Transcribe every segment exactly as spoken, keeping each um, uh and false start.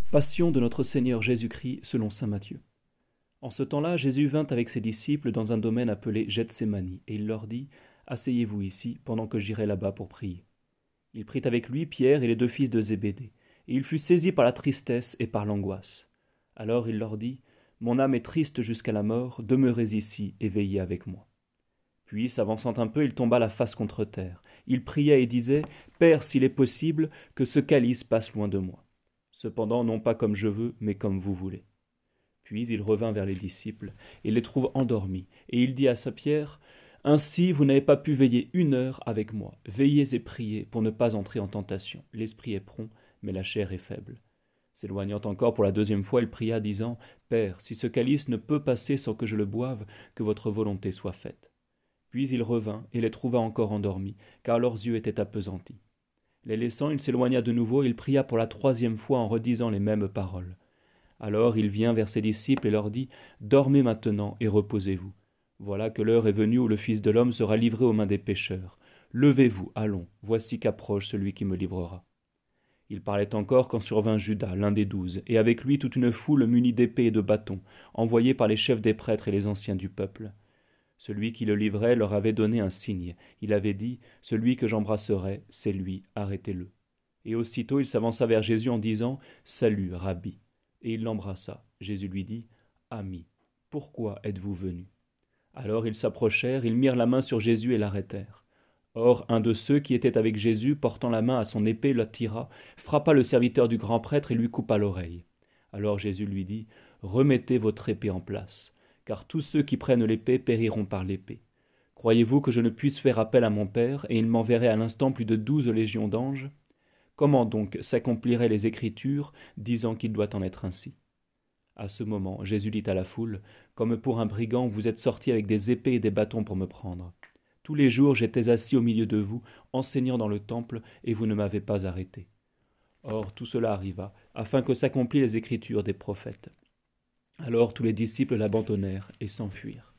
Passion de notre Seigneur Jésus-Christ selon saint Matthieu. En ce temps-là, Jésus vint avec ses disciples dans un domaine appelé Gethsémani, et il leur dit, « Asseyez-vous ici, pendant que j'irai là-bas pour prier. » Il prit avec lui Pierre et les deux fils de Zébédée, et il fut saisi par la tristesse et par l'angoisse. Alors il leur dit, « Mon âme est triste jusqu'à la mort, demeurez ici et veillez avec moi. » Puis, s'avançant un peu, il tomba la face contre terre. Il priait et disait, « Père, s'il est possible, que ce calice passe loin de moi. Cependant, non pas comme je veux, mais comme vous voulez. » Puis il revint vers les disciples, et les trouve endormis, et il dit à sa Pierre, « Ainsi vous n'avez pas pu veiller une heure avec moi. Veillez et priez pour ne pas entrer en tentation. L'esprit est prompt, mais la chair est faible. » S'éloignant encore pour la deuxième fois, il pria, disant, « Père, si ce calice ne peut passer sans que je le boive, que votre volonté soit faite. » Puis il revint, et les trouva encore endormis, car leurs yeux étaient appesantis. Les laissant, il s'éloigna de nouveau, et il pria pour la troisième fois en redisant les mêmes paroles. Alors il vient vers ses disciples et leur dit, « Dormez maintenant et reposez-vous. Voilà que l'heure est venue où le Fils de l'homme sera livré aux mains des pécheurs. Levez-vous, allons, voici qu'approche celui qui me livrera. » Il parlait encore quand survint Judas, l'un des douze, et avec lui toute une foule munie d'épées et de bâtons, envoyée par les chefs des prêtres et les anciens du peuple. Celui qui le livrait leur avait donné un signe. Il avait dit, « Celui que j'embrasserai, c'est lui, arrêtez-le. » Et aussitôt il s'avança vers Jésus en disant, « Salut, Rabbi. » Et il l'embrassa. Jésus lui dit, « Ami, pourquoi êtes-vous venu ?» Alors ils s'approchèrent, ils mirent la main sur Jésus et l'arrêtèrent. Or un de ceux qui étaient avec Jésus, portant la main à son épée, la tira, frappa le serviteur du grand prêtre et lui coupa l'oreille. Alors Jésus lui dit, « Remettez votre épée en place. » Car tous ceux qui prennent l'épée périront par l'épée. Croyez-vous que je ne puisse faire appel à mon Père, et il m'enverrait à l'instant plus de douze légions d'anges? Comment donc s'accompliraient les Écritures, disant qu'il doit en être ainsi? À ce moment, Jésus dit à la foule, « Comme pour un brigand, vous êtes sortis avec des épées et des bâtons pour me prendre. Tous les jours, j'étais assis au milieu de vous, enseignant dans le temple, et vous ne m'avez pas arrêté. » Or, tout cela arriva, afin que s'accomplissent les Écritures des prophètes. Alors tous les disciples l'abandonnèrent et s'enfuirent.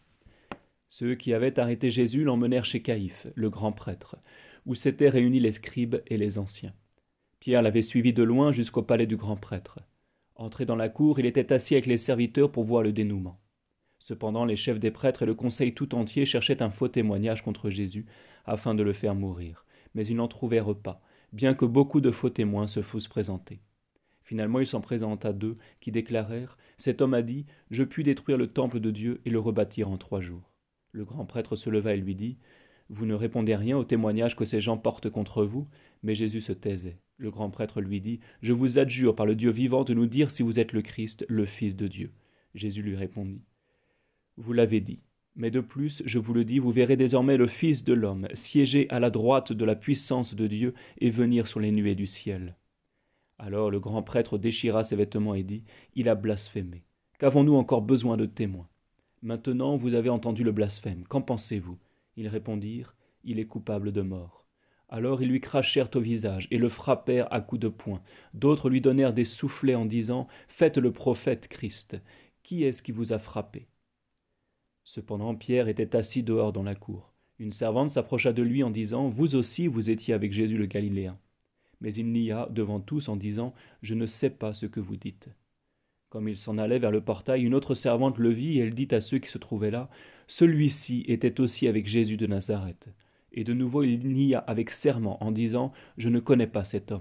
Ceux qui avaient arrêté Jésus l'emmenèrent chez Caïphe, le grand prêtre, où s'étaient réunis les scribes et les anciens. Pierre l'avait suivi de loin jusqu'au palais du grand prêtre. Entré dans la cour, il était assis avec les serviteurs pour voir le dénouement. Cependant, les chefs des prêtres et le conseil tout entier cherchaient un faux témoignage contre Jésus, afin de le faire mourir. Mais ils n'en trouvèrent pas, bien que beaucoup de faux témoins se fussent présentés. Finalement, il s'en présenta deux, qui déclarèrent, « Cet homme a dit, je puis détruire le temple de Dieu et le rebâtir en trois jours. » Le grand prêtre se leva et lui dit, « Vous ne répondez rien au témoignage que ces gens portent contre vous ?» Mais Jésus se taisait. Le grand prêtre lui dit, « Je vous adjure par le Dieu vivant de nous dire si vous êtes le Christ, le Fils de Dieu. » Jésus lui répondit, « Vous l'avez dit. Mais de plus, je vous le dis, vous verrez désormais le Fils de l'homme siéger à la droite de la puissance de Dieu et venir sur les nuées du ciel. » Alors le grand prêtre déchira ses vêtements et dit, « Il a blasphémé. Qu'avons-nous encore besoin de témoins? Maintenant vous avez entendu le blasphème. Qu'en pensez-vous » Ils répondirent, « Il est coupable de mort. » Alors ils lui crachèrent au visage et le frappèrent à coups de poing. D'autres lui donnèrent des soufflets en disant, « Faites le prophète Christ. Qui est-ce qui vous a frappé ?» Cependant Pierre était assis dehors dans la cour. Une servante s'approcha de lui en disant, « Vous aussi vous étiez avec Jésus le Galiléen. » Mais il nia devant tous en disant, « Je ne sais pas ce que vous dites. » Comme il s'en allait vers le portail, une autre servante le vit et elle dit à ceux qui se trouvaient là, « Celui-ci était aussi avec Jésus de Nazareth. » Et de nouveau il nia avec serment en disant, « Je ne connais pas cet homme. »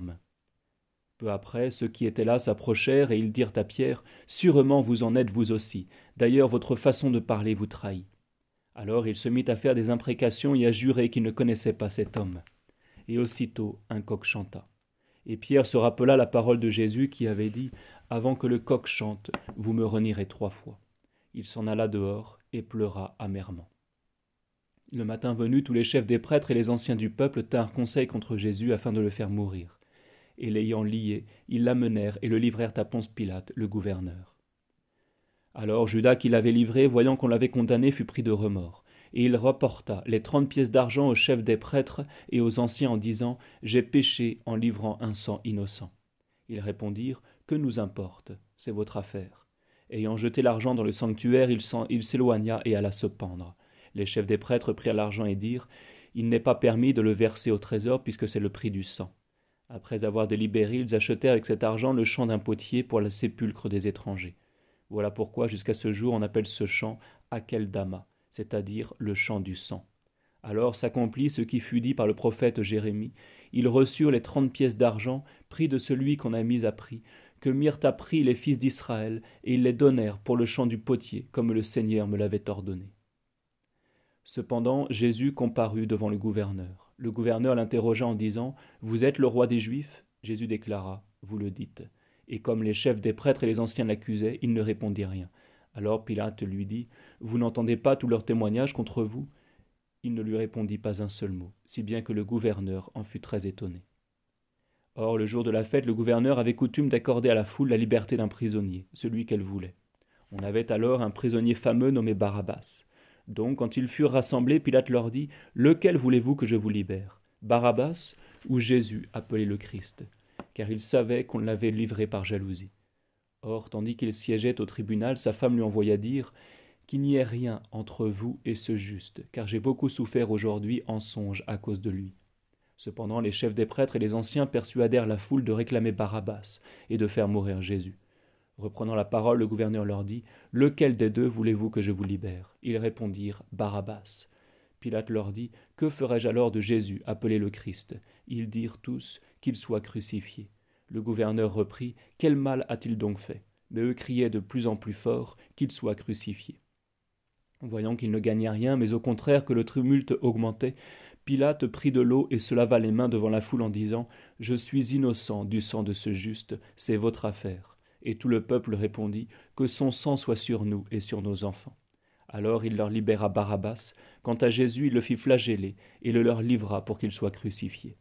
Peu après, ceux qui étaient là s'approchèrent et ils dirent à Pierre, « Sûrement vous en êtes vous aussi. D'ailleurs votre façon de parler vous trahit. » Alors il se mit à faire des imprécations et à jurer qu'il ne connaissait pas cet homme. Et aussitôt un coq chanta. Et Pierre se rappela la parole de Jésus qui avait dit, « Avant que le coq chante, vous me renierez trois fois. » Il s'en alla dehors et pleura amèrement. Le matin venu, tous les chefs des prêtres et les anciens du peuple tinrent conseil contre Jésus afin de le faire mourir. Et l'ayant lié, ils l'amenèrent et le livrèrent à Ponce Pilate, le gouverneur. Alors Judas qui l'avait livré, voyant qu'on l'avait condamné, fut pris de remords. Et il rapporta les trente pièces d'argent aux chefs des prêtres et aux anciens en disant, « J'ai péché en livrant un sang innocent. » Ils répondirent, « Que nous importe, c'est votre affaire. » Ayant jeté l'argent dans le sanctuaire, il, il s'éloigna et alla se pendre. Les chefs des prêtres prirent l'argent et dirent, « Il n'est pas permis de le verser au trésor puisque c'est le prix du sang. » Après avoir délibéré, ils achetèrent avec cet argent le champ d'un potier pour le sépulcre des étrangers. Voilà pourquoi jusqu'à ce jour on appelle ce champ Akeldama, c'est-à-dire le champ du sang. Alors s'accomplit ce qui fut dit par le prophète Jérémie. Ils reçurent les trente pièces d'argent, prix de celui qu'on a mis à prix, que mirent à prix les fils d'Israël, et ils les donnèrent pour le champ du potier, comme le Seigneur me l'avait ordonné. Cependant, Jésus comparut devant le gouverneur. Le gouverneur l'interrogea en disant « Vous êtes le roi des Juifs ?» Jésus déclara « Vous le dites. » Et comme les chefs des prêtres et les anciens l'accusaient, il ne répondit rien. Alors Pilate lui dit « Vous n'entendez pas tous leurs témoignages contre vous ?» Il ne lui répondit pas un seul mot, si bien que le gouverneur en fut très étonné. Or, le jour de la fête, le gouverneur avait coutume d'accorder à la foule la liberté d'un prisonnier, celui qu'elle voulait. On avait alors un prisonnier fameux nommé Barabbas. Donc, quand ils furent rassemblés, Pilate leur dit « Lequel voulez-vous que je vous libère, Barabbas ou Jésus, appelé le Christ ?» Car il savait qu'on l'avait livré par jalousie. Or, tandis qu'il siégeait au tribunal, sa femme lui envoya dire « Qu'il n'y ait rien entre vous et ce juste, car j'ai beaucoup souffert aujourd'hui en songe à cause de lui. » Cependant, les chefs des prêtres et les anciens persuadèrent la foule de réclamer Barabbas et de faire mourir Jésus. Reprenant la parole, le gouverneur leur dit « Lequel des deux voulez-vous que je vous libère ?» Ils répondirent « Barabbas. » Pilate leur dit « Que ferai-je alors de Jésus, appelé le Christ ?» Ils dirent tous « Qu'il soit crucifié. » Le gouverneur reprit « Quel mal a-t-il donc fait ?» Mais eux criaient de plus en plus fort « Qu'il soit crucifié. » Voyant qu'il ne gagnait rien, mais au contraire que le tumulte augmentait, Pilate prit de l'eau et se lava les mains devant la foule en disant « Je suis innocent du sang de ce juste, c'est votre affaire. » Et tout le peuple répondit « Que son sang soit sur nous et sur nos enfants. » Alors il leur libéra Barabbas. Quant à Jésus, il le fit flageller et le leur livra pour qu'il soit crucifié.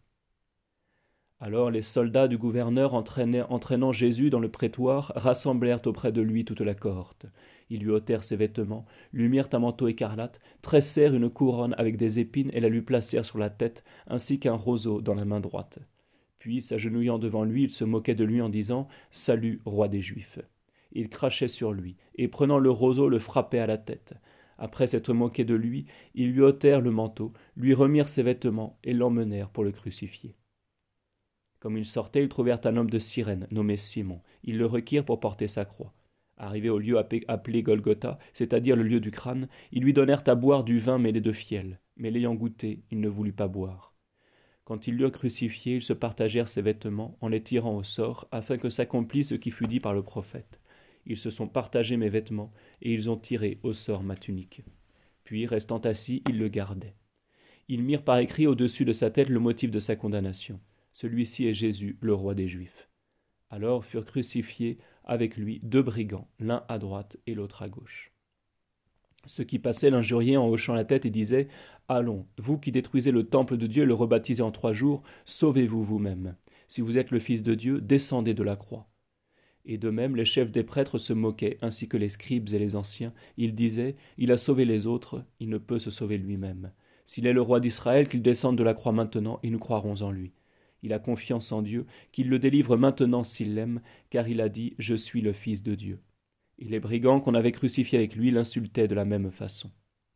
Alors les soldats du gouverneur, entraînant Jésus dans le prétoire, rassemblèrent auprès de lui toute la cohorte. Ils lui ôtèrent ses vêtements, lui mirent un manteau écarlate, tressèrent une couronne avec des épines et la lui placèrent sur la tête, ainsi qu'un roseau dans la main droite. Puis, s'agenouillant devant lui, ils se moquaient de lui en disant « Salut, roi des Juifs !» Ils crachaient sur lui, et prenant le roseau, le frappaient à la tête. Après s'être moqués de lui, ils lui ôtèrent le manteau, lui remirent ses vêtements et l'emmenèrent pour le crucifier. Comme ils sortaient, ils trouvèrent un homme de Cyrène, nommé Simon. Ils le requirent pour porter sa croix. Arrivés au lieu appelé Golgotha, c'est-à-dire le lieu du crâne, ils lui donnèrent à boire du vin mêlé de fiel, mais l'ayant goûté, il ne voulut pas boire. Quand ils l'eurent crucifié, ils se partagèrent ses vêtements en les tirant au sort, afin que s'accomplisse ce qui fut dit par le prophète. Ils se sont partagés mes vêtements, et ils ont tiré au sort ma tunique. Puis, restant assis, ils le gardaient. Ils mirent par écrit au-dessus de sa tête le motif de sa condamnation. Celui-ci est Jésus, le roi des Juifs. Alors furent crucifiés avec lui deux brigands, l'un à droite et l'autre à gauche. Ceux qui passaient l'injuriaient en hochant la tête et disaient « Allons, vous qui détruisez le temple de Dieu et le rebaptisez en trois jours, sauvez-vous vous-même. Si vous êtes le Fils de Dieu, descendez de la croix. » Et de même, les chefs des prêtres se moquaient, ainsi que les scribes et les anciens. Ils disaient « Il a sauvé les autres, il ne peut se sauver lui-même. S'il est le roi d'Israël, qu'il descende de la croix maintenant, et nous croirons en lui. Il a confiance en Dieu, qu'il le délivre maintenant s'il l'aime, car il a dit « Je suis le Fils de Dieu. » Et les brigands qu'on avait crucifiés avec lui l'insultaient de la même façon.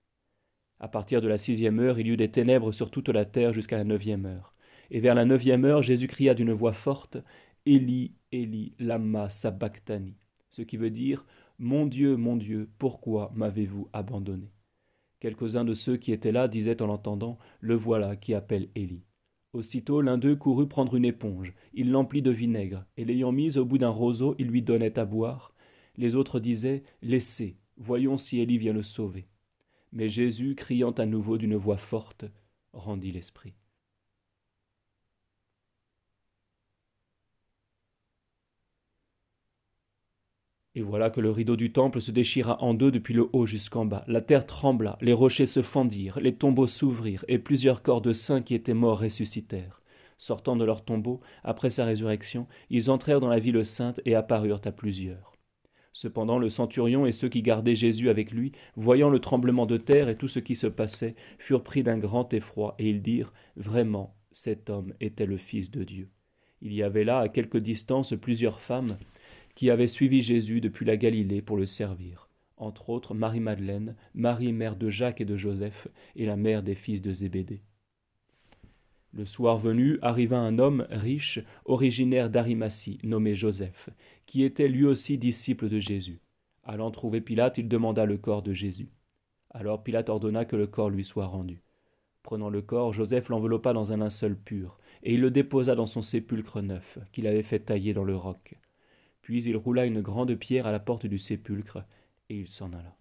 À partir de la sixième heure, il y eut des ténèbres sur toute la terre jusqu'à la neuvième heure. Et vers la neuvième heure, Jésus cria d'une voix forte « Élie, Élie, lama sabachthani » ce qui veut dire « Mon Dieu, mon Dieu, pourquoi m'avez-vous abandonné ?» Quelques-uns de ceux qui étaient là disaient en l'entendant « Le voilà qui appelle Élie. » Aussitôt, l'un d'eux courut prendre une éponge, il l'emplit de vinaigre, et l'ayant mise au bout d'un roseau, il lui donnait à boire. Les autres disaient « Laissez, voyons si Élie vient le sauver. » Mais Jésus, criant à nouveau d'une voix forte, rendit l'esprit. Et voilà que le rideau du temple se déchira en deux depuis le haut jusqu'en bas. La terre trembla, les rochers se fendirent, les tombeaux s'ouvrirent, et plusieurs corps de saints qui étaient morts ressuscitèrent. Sortant de leur tombeau, après sa résurrection, ils entrèrent dans la ville sainte et apparurent à plusieurs. Cependant le centurion et ceux qui gardaient Jésus avec lui, voyant le tremblement de terre et tout ce qui se passait, furent pris d'un grand effroi, et ils dirent « Vraiment, cet homme était le Fils de Dieu. » Il y avait là, à quelque distance, plusieurs femmes qui avaient suivi Jésus depuis la Galilée pour le servir, entre autres Marie-Madeleine, Marie mère de Jacques et de Joseph, et la mère des fils de Zébédée. Le soir venu, arriva un homme riche, originaire d'Arimathie, nommé Joseph, qui était lui aussi disciple de Jésus. Allant trouver Pilate, il demanda le corps de Jésus. Alors Pilate ordonna que le corps lui soit rendu. Prenant le corps, Joseph l'enveloppa dans un linceul pur, et il le déposa dans son sépulcre neuf, qu'il avait fait tailler dans le roc. Puis il roula une grande pierre à la porte du sépulcre, et il s'en alla.